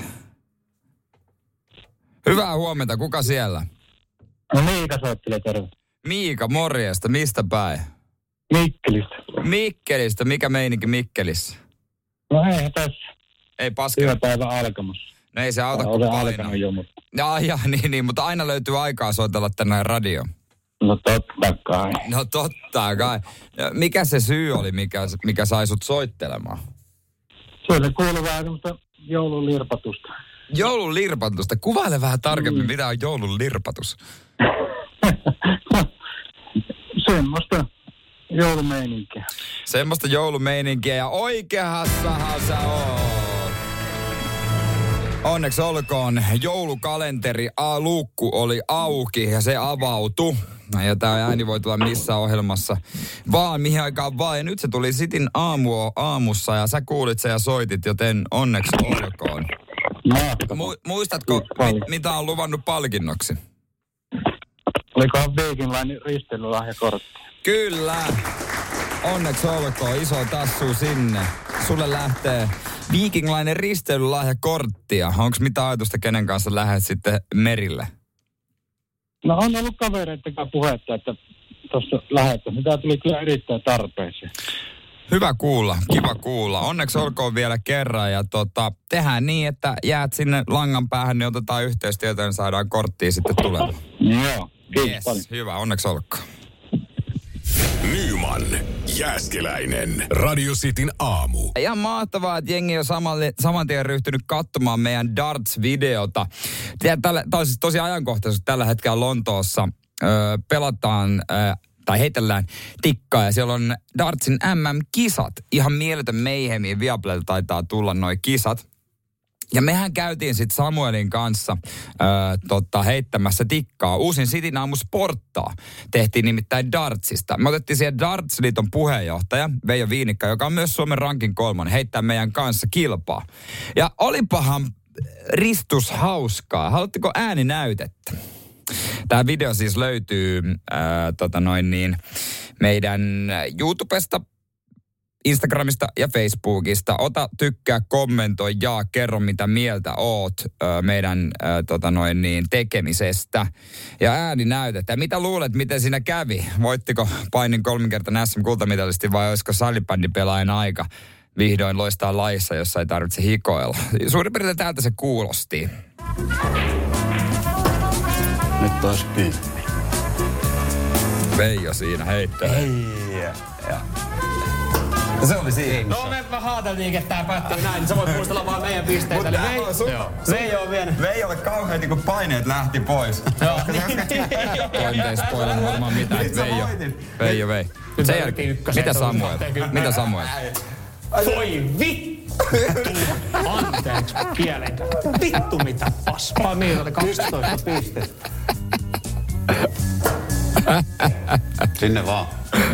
Hyvää huomenta. Kuka siellä? No Miika soittelee, terve. Miika, morjesta. Mistä päin? Mikkelistä. Mikkelistä. Mikä meininki Mikkelissä? No ei tässä. Ei paska. Työpäivä alkamassa. No ei se auta kuin olen painaa. alkanut jo, mutta... niin, mutta aina löytyy aikaa soitella tänne radioon. No totta kai. No totta kai. Mikä se syy oli, mikä sai sut soittelemaan? Siellä kuuluu vähän semmoista joulun lirpatusta. Joulun lirpatusta. Kuvaile vähän tarkemmin, mitä on joulun lirpatus. Semmoista joulumeininkiä. Semmoista joulumeininkiä ja oikeassahan sä oot. Onneksi olkoon joulukalenteri luukku oli auki ja se avautui. Ja tää ääni voi tulla missä ohjelmassa vaan, mihin aikaan vaan. Ja nyt se tuli Cityn aamussa ja sä kuulit sen ja soitit, joten onneksi olkoon. Muistatko, mitä on luvannut palkinnoksi? Olikohan Viikinlainen risteilylahjakortti? Kyllä. onneksi olkoon, iso tassu sinne. Sulle lähtee viikinglainen risteilylahjakorttia. Onko mitä ajatusta, kenen kanssa lähdet sitten merille? No on ollut kavereiden kanssa puhetta, että tuossa lähettäisiin. Tämä tuli kyllä erittäin tarpeeseen. Hyvä kuulla, kiva kuulla. Onneksi olkoon vielä kerran ja tehdään niin, että jäät sinne langan päähän, niin otetaan yhteystietoja ja saadaan korttia sitten tulemaan. Joo, kiitos paljon. Hyvä, onneksi olkoon. Nyman, Jääskeläinen, Radio Cityn aamu. Ihan mahtavaa, että jengi on saman tien ryhtynyt katsomaan meidän darts-videota. Tämä on siis tosi ajankohtaisesti tällä hetkellä Lontoossa. Pelataan tai heitellään tikkaa ja siellä on dartsin MM-kisat. Ihan mieletön meihemi, Viaplaylta taitaa tulla noi kisat. Ja mehän käytiin sitten Samuelin kanssa heittämässä tikkaa. Uusin Cityn aamu sporttaa. Tehtiin nimittäin dartsista. Me otettiin siihen Darts-liiton puheenjohtaja Veijo Viinikka, joka on myös Suomen rankin 3, heittää meidän kanssa kilpaa. Ja olipahan ristus hauskaa. Haluatteko ääninäytettä? Tämä video siis löytyy meidän YouTubesta, Instagramista ja Facebookista. Ota, tykkää, kommentoi ja kerro mitä mieltä oot meidän tekemisestä. Ja ääni näytetään. Mitä luulet, miten siinä kävi? Voittiko painin 3-kertainen SM-kultamitalisti vai olisiko salibändipelaajan aika vihdoin loistaa lajissa, jossa ei tarvitse hikoilla? Suurin piirtein täältä se kuulosti. Nyt taas kiinni. Veijo siinä heittää. Se oli siinä. No me haateltiin, että tää päättyy näin, niin sä voit muistella vaan meidän pisteitä. Eli Veijo on vienyt. Veijolle kauhean kun paineet lähti pois. Joo. Toin spoilan varmaan mitään, että Veijo vei. Sen jälkeen, mitä Samuel? Voi vittu! Anteeksi kielen. Vittu mitä paskaa. Niin oli 12 pistettä. Sinne vaan.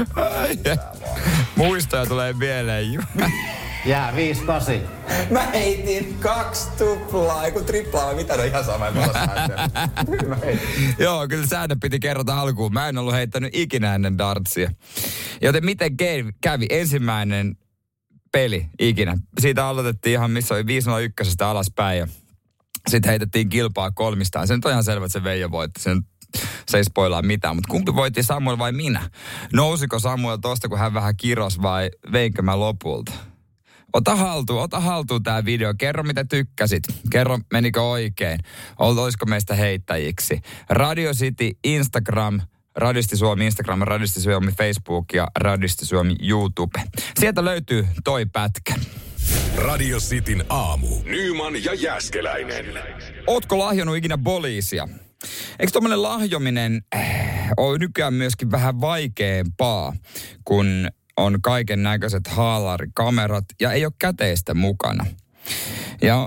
Muistoja tulee mieleen. Jää 5-8. Mä heitin 2 tuplaa, kun triplaa, mitä no ihan sama, Joo, kyllä säännöt piti kerrota alkuun. Mä en ollut heittänyt ikinä ennen dartsia. Joten miten kävi ensimmäinen peli ikinä? Siitä aloitettiin ihan missä oli 501 alaspäin ja sitten heitettiin kilpaa kolmistaan. Se nyt on ihan selvä, että se Veijo voitti. Se ei spoilaa mitään, mutta kumpi voitti, Samuel vai minä? Nousiko Samuel tosta, kun hän vähän kiros vai veinkö mä lopulta? Ota haltuun tää video. Kerro, mitä tykkäsit. Kerro, menikö oikein. Olisiko meistä heittäjiksi. Radio City Instagram, Radisti Suomi Instagram, Radisti Suomi Facebook ja Radisti Suomi YouTube. Sieltä löytyy toi pätkä. Radio Cityn aamu. Nyman ja Jääskeläinen. Ootko lahjonnut ikinä poliisia? Eikö tommoinen lahjominen ole nykyään myöskin vähän vaikeampaa, kun on kaiken näköiset haalarikamerat ja ei ole käteistä mukana? Ja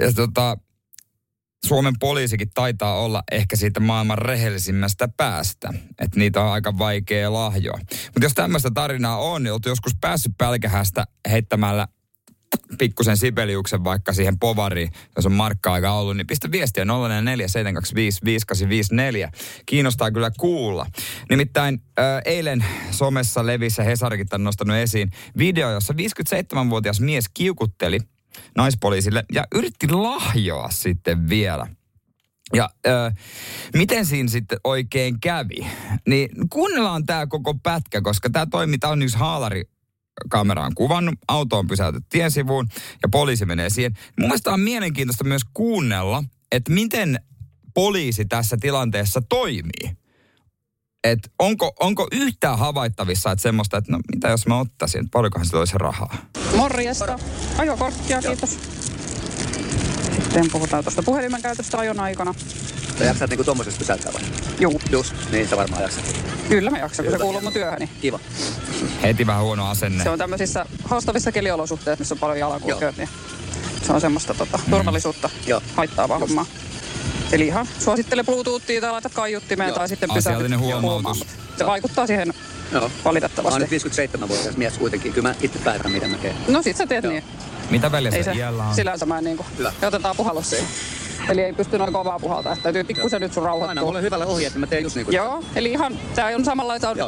Suomen poliisikin taitaa olla ehkä siitä maailman rehellisimmästä päästä, että niitä on aika vaikea lahjoa. Mutta jos tämmöistä tarinaa on, niin olet joskus päässyt pälkähästä heittämällä pikkusen Sibeliuksen vaikka siihen povariin, jos on markka-aika ollut, niin pistä viestiä 047255854. Kiinnostaa kyllä kuulla. Nimittäin eilen somessa levissä Hesarikin on nostanut esiin video, jossa 57-vuotias mies kiukutteli naispoliisille ja yritti lahjoa sitten vielä. Ja miten siinä sitten oikein kävi? Niin kuunnellaan tämä koko pätkä, koska tämä toiminta on yksi haalarikamera on kuvannut, auto on pysäytetty tien sivuun ja poliisi menee siihen. Mun mielestä on mielenkiintoista myös kuunnella, että miten poliisi tässä tilanteessa toimii. Että onko yhtään havaittavissa, että semmoista, että no mitä jos mä ottaisin, paljonkohan se olisi rahaa? Morjesta. Ajokorttia, kiitos. Sitten puhutaan tuosta puhelimen käytöstä ajon aikana. Sä jaksat niinku tommosesta pysäyttää vai? Juu. Just, niin sä varmaan jaksat. Kyllä mä jaksan, kun se kuuluu mun työhöni. Kiva. Heti vähän huono asenne. Se on tämmöisissä haastavissa keliolosuhteissa, missä on paljon jalankulkijoita, niin se on semmoista turvallisuutta haittaavaa hommaa. Eli ihan suosittele Bluetoothia tai laitat kaiuttimeen tai sitten pysäytyt huomaamaan. Se vaikuttaa siihen valitettavasti. Mä oon nyt 57-vuotias mies kuitenkin. Kyllä mä itse päätän, mitä mä teen. No sit sä teet niin. Mitä väliä se iällä on? Sillänsä mä en niinku. Ja otetaan puhallus siihen. Eli ei pysty noin kovaa puhaltaa. Täytyy pikkusen nyt sun rauhoittua. Aina mulle hyvälle ohjeet, niin mä teen just niin kuin. Joo, eli ihan tää on samanlaista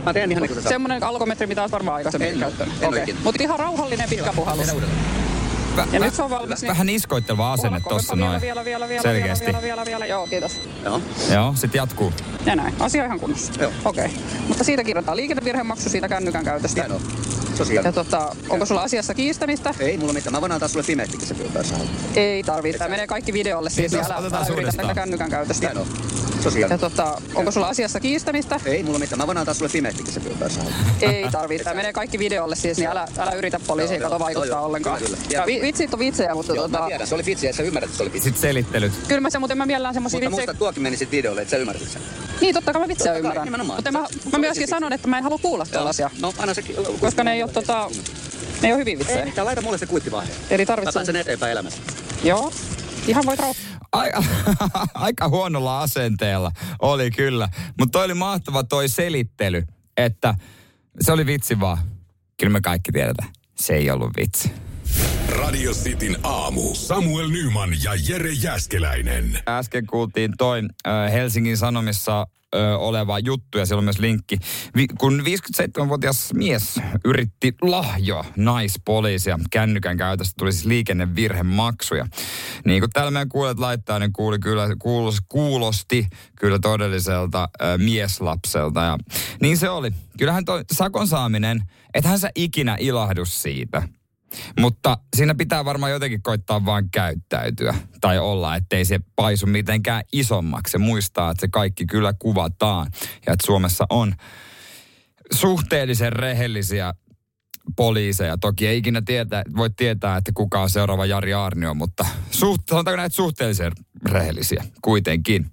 Mä teen ihan niin kuin sä semmoinen alkometri, mitä olet varmaan aikaisemmin käyttänyt. Okei. Mutta ihan rauhallinen pitkä puhallus. Ja nyt se on valmis. Vähän iskoitteleva asenne tossa noin. Vielä. Joo, kiitos. Joo, sit jatkuu. Ja näin. Asia ihan kunnossa. Joo. Okei. Mutta siitä kirjoitetaan liikennevirhemaksu siitä kännykän käytöstä. Näin on. Sosiaali. Ja onko sulla asiassa kiistämistä? Ei mulla mitään. Mä voin antaa sulle pimeästikin se päässä. Ei tarvitse. Tämä menee kaikki videolle siis. Niin älä yritä tätä kännykän käytöstä. Näin on. Sosiaali. Ja onko sulla asiassa kiistämistä? Ei mulla mitään. Mä voin antaa sulle pimeästikin se päässä. Ei tarvitse. Tämä menee kaikki videolle siis. Niin älä yritä poliisiin kato vaikuttaa ollenkaan. Vitsit on vitsejä, mutta joo, mä tiedän. Se oli vitsi, että sä ymmärrät, että se oli vitsi. Sitten selittelyt. Kyllä mä mielellään semmosia vitsejä. Mutta musta tuokin meni sit videolle, että sä ymmärrät sen. Niin, totta kai mä vitsejä ymmärrän. Mutta mä myöskin sanon, että mä en halua kuulla tällaisia. No, anna se. Koska ne ei ole hyviä vitsejä. Ei mitään, laita mulle se kuittivaihe. Eli tarvitsee. Mä pääsen eteenpäin elämässä. Joo. Ihan voit Aika huonolla asenteella oli kyllä. Mutta toi oli mahtava toi selittely, että se oli vitsi vaan. Kyllä me kaikki tiedetään. Se ei ollut vitsi. Radio Cityn aamu. Samuel Nyman ja Jere Jääskeläinen. Äsken kuultiin toi Helsingin Sanomissa oleva juttu ja siellä on myös linkki. Kun 57-vuotias mies yritti lahjoa naispoliisia kännykän käytöstä, tuli siis liikennevirhemaksuja. Niin kuin täällä meidän kuulijat laittaa, niin kuulosti kyllä todelliselta mieslapselta. Ja niin se oli. Kyllähän toi sakon saaminen, ethän sä ikinä ilahdu siitä. Mutta siinä pitää varmaan jotenkin koittaa vaan käyttäytyä tai olla, ettei se paisu mitenkään isommaksi. Muistaa, että se kaikki kyllä kuvataan ja että Suomessa on suhteellisen rehellisiä poliiseja. Toki ei ikinä voi tietää, että kuka on seuraava Jari Aarnio, mutta sanotaanko näitä suhteellisen rehellisiä kuitenkin.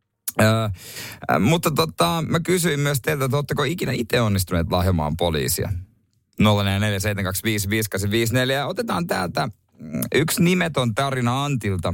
Mutta mä kysyin myös teiltä, että ootteko ikinä itse onnistuneet lahjomaan poliisia? 047255854. Otetaan täältä yksi nimetön tarina Antilta.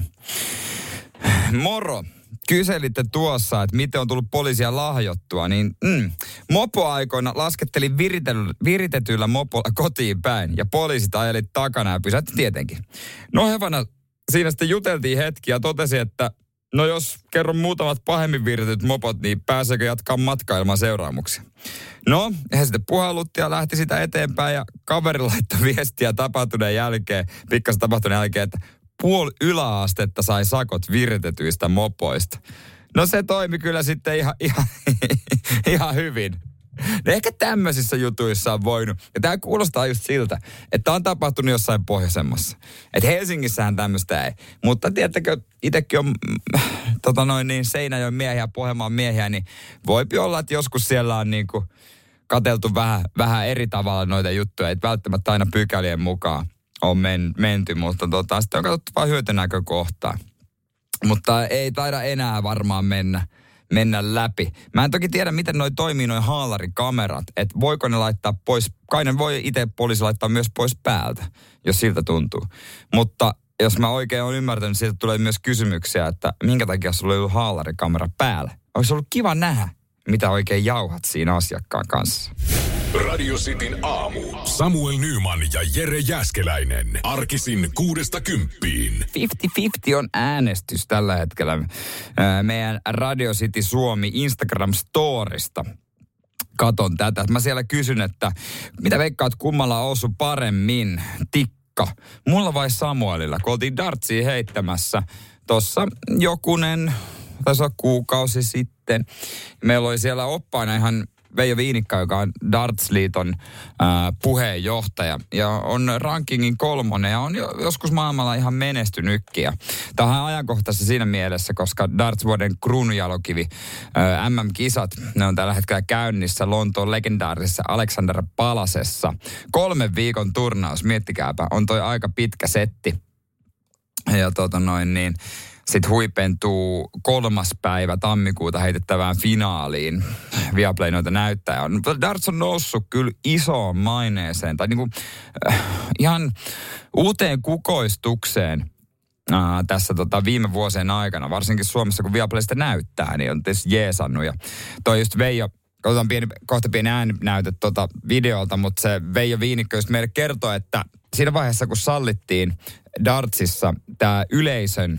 Moro. Kyselitte tuossa, että miten on tullut poliisia lahjottua, niin mopoaikoina laskettelin viritetyllä mopolla kotiin päin ja poliisit ajeli takana ja pysäytti tietenkin. No hevana siinä sitten juteltiin hetki ja totesi, että no jos kerron muutamat pahemmin viritetyt mopot, niin pääseekö jatkaa matkaa ilman seuraamuksia? No, he sitten puhallutti ja lähti sitä eteenpäin ja kaveri laittoi viestiä pikkasen tapahtuneen jälkeen, että puoli yläastetta sai sakot viritetyistä mopoista. No se toimi kyllä sitten ihan hyvin. Ehkä tämmöisissä jutuissa on voinut. Ja tämä kuulostaa just siltä, että on tapahtunut jossain pohjoisemmassa. Että Helsingissähän tämmöistä ei. Mutta tiedättekö, itsekin on Seinäjoen miehiä, Pohjanmaan miehiä, niin voipi olla, että joskus siellä on niinku katseltu vähän eri tavalla noita juttuja. Ei välttämättä aina pykälien mukaan on menty, mutta sitten on katsottu vain hyötynäkökohtaa. Mutta ei taida enää varmaan mennä läpi. Mä en toki tiedä, miten noi toimii noi haalarikamerat, että voiko ne laittaa pois, kai ne voi itse poliisi laittaa myös pois päältä, jos siltä tuntuu. Mutta jos mä oikein olen ymmärtänyt, siitä tulee myös kysymyksiä, että minkä takia sulla ei ollut haalarikamera päällä. Olisi ollut kiva nähdä, mitä oikein jauhat siinä asiakkaan kanssa. Radio Cityn aamu. Samuel Nyman ja Jere Jääskeläinen. Arkisin 6–10. 50-50 on äänestys tällä hetkellä meidän Radio City Suomi Instagram-storista. Katon tätä. Mä siellä kysyn, että mitä veikkaat kummalla osu paremmin? Tikka. Mulla vai Samuelilla? Kun oltiin dartsia heittämässä tossa jokunen, taisi olla kuukausi sitten. Meillä oli siellä oppaina ihan Veijo Viinikka, joka on Darts-liiton puheenjohtaja ja on rankingin 3 ja on joskus maailmalla ihan menestynytkin. Tämä on ajankohtaisesti siinä mielessä, koska Darts-vuoden kruununjalokivi MM-kisat, ne on tällä hetkellä käynnissä Lontoon legendaarisessa Alexander Palasessa. 3 viikon turnaus, miettikääpä, on toi aika pitkä setti. Ja sitten huipentuu 3. päivä tammikuuta heitettävään finaaliin. Viaplay noita näyttää. Darts on noussut kyllä isoon maineeseen tai ihan uuteen kukoistukseen tässä viime vuosien aikana. Varsinkin Suomessa, kun Viaplaysta näyttää, niin on tietysti jeesannut. Ja toi just Veijo, otetaan kohta pieni ääninäyte videolta, mutta se Veijo Viinikko just meille kertoi, että siinä vaiheessa, kun sallittiin Dartsissa tämä yleisön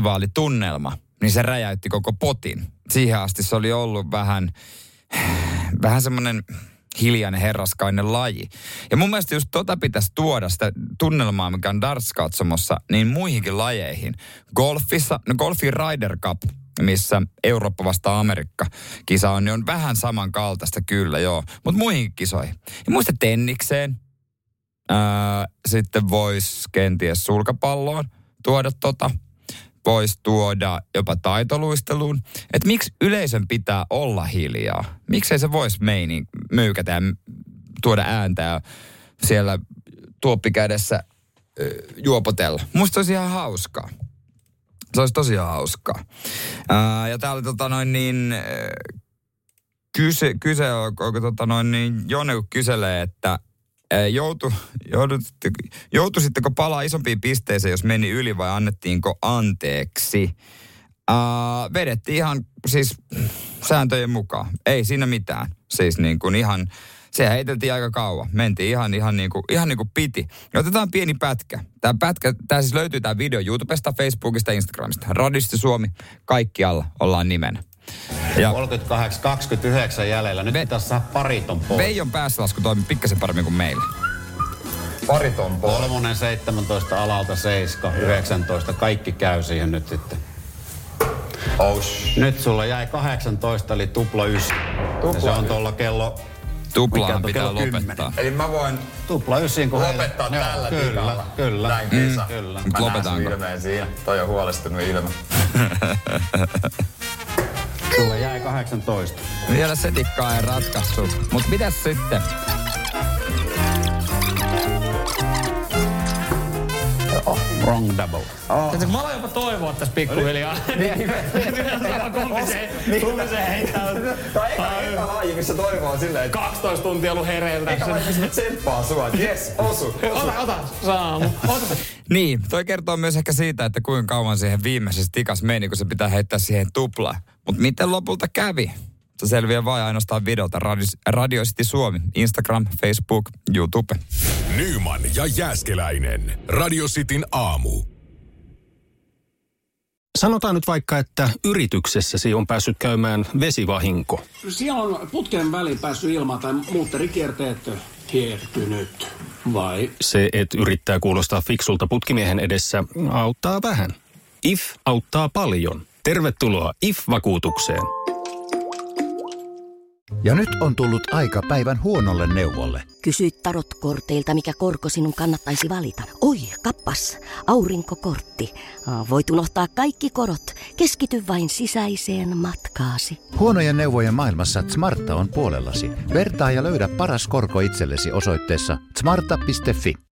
festivaalitunnelma, niin se räjäytti koko potin. Siihen asti se oli ollut vähän semmoinen hiljainen herraskainen laji. Ja mun mielestä just pitäisi tuoda sitä tunnelmaa, mikä on darts-katsomossa, niin muihinkin lajeihin. Golfissa, golfin Ryder Cup, missä Eurooppa vastaa Amerikka-kisa on, niin on vähän samankaltaista kyllä, joo. Mutta muihinkin kisoihin. Ja muista tennikseen, sitten voisi kenties sulkapalloon tuoda voisi tuoda jopa taitoluisteluun. Että miksi yleisön pitää olla hiljaa? Miksei se voisi myykätä ja tuoda ääntä ja siellä tuoppikädessä juopotella? Musta se olisi ihan hauskaa. Se olisi tosiaan hauskaa. Ja täällä Jonne kun kyselee, että joutuisitteko palaa isompiin pisteeseen, jos meni yli vai annettiinko anteeksi? Vedettiin ihan siis sääntöjen mukaan. Ei siinä mitään. Siis niin kuin ihan, se heiteltiin aika kauan. Mentiin ihan niin kuin piti. Ja otetaan pieni pätkä. Tämä siis löytyy tämä video YouTubesta, Facebookista ja Instagramista. Radiosti Suomi, kaikkialla ollaan nimenä. 38-29 jäljellä. Nyt pitäisi saada pariton pois. Veijon päässälasku toimii pikkasen paremmin kuin meillä. Pariton pois. 3, 17, alalta 7, 19. Kaikki käy siihen nyt sitten. Nyt sulla jäi 18, eli tupla 9. Ja se on tuolla kello... Tuplahan pitää lopettaa. Eli mä voin... Tupla 9, kun lopettaa tällä tikalla. Kyllä. Näin kisa. Kyllä. Mä lopetaanko? Ilmeen siinä. Toi on huolestunut ilme. Sulla jäi 18. Vielä setikkaa ei ratkaistu. Mut mitäs sitten? Wrong double. Mä aloin jopa toivoa tässä pikkuhiljaa. Kumpi se heittää. Tää on eka laji, missä toivoo silleen, että 12 tuntia ollut hereiltä. Eka laji, missä tsemppaa sua, että jes, osu. Ota, Saamu. Niin, toi kertoo myös ehkä siitä, että kuinka kauan siihen viimeisessä tikas meni, kun se pitää heittää siihen tuplaa. Mutta miten lopulta kävi? Se selviää vain ainoastaan videolta. Radio City Suomi, Instagram, Facebook, YouTube. Nyman ja Jääskeläinen. Radio Cityn aamu. Sanotaan nyt vaikka, että yrityksessäsi on päässyt käymään vesivahinko. Siellä on putken väliin päässyt ilmaan tai muutterikierteet hiertynyt, vai? Se, että yrittää kuulostaa fiksulta putkimiehen edessä, auttaa vähän. IF auttaa paljon. Tervetuloa IF-vakuutukseen. Ja nyt on tullut aika päivän huonolle neuvolle. Kysy tarotkorteilta, mikä korko sinun kannattaisi valita. Oi, kappas, aurinkokortti. Voit unohtaa kaikki korot. Keskity vain sisäiseen matkaasi. Huonojen neuvojen maailmassa Smarta on puolellasi. Vertaa ja löydä paras korko itsellesi osoitteessa smarta.fi.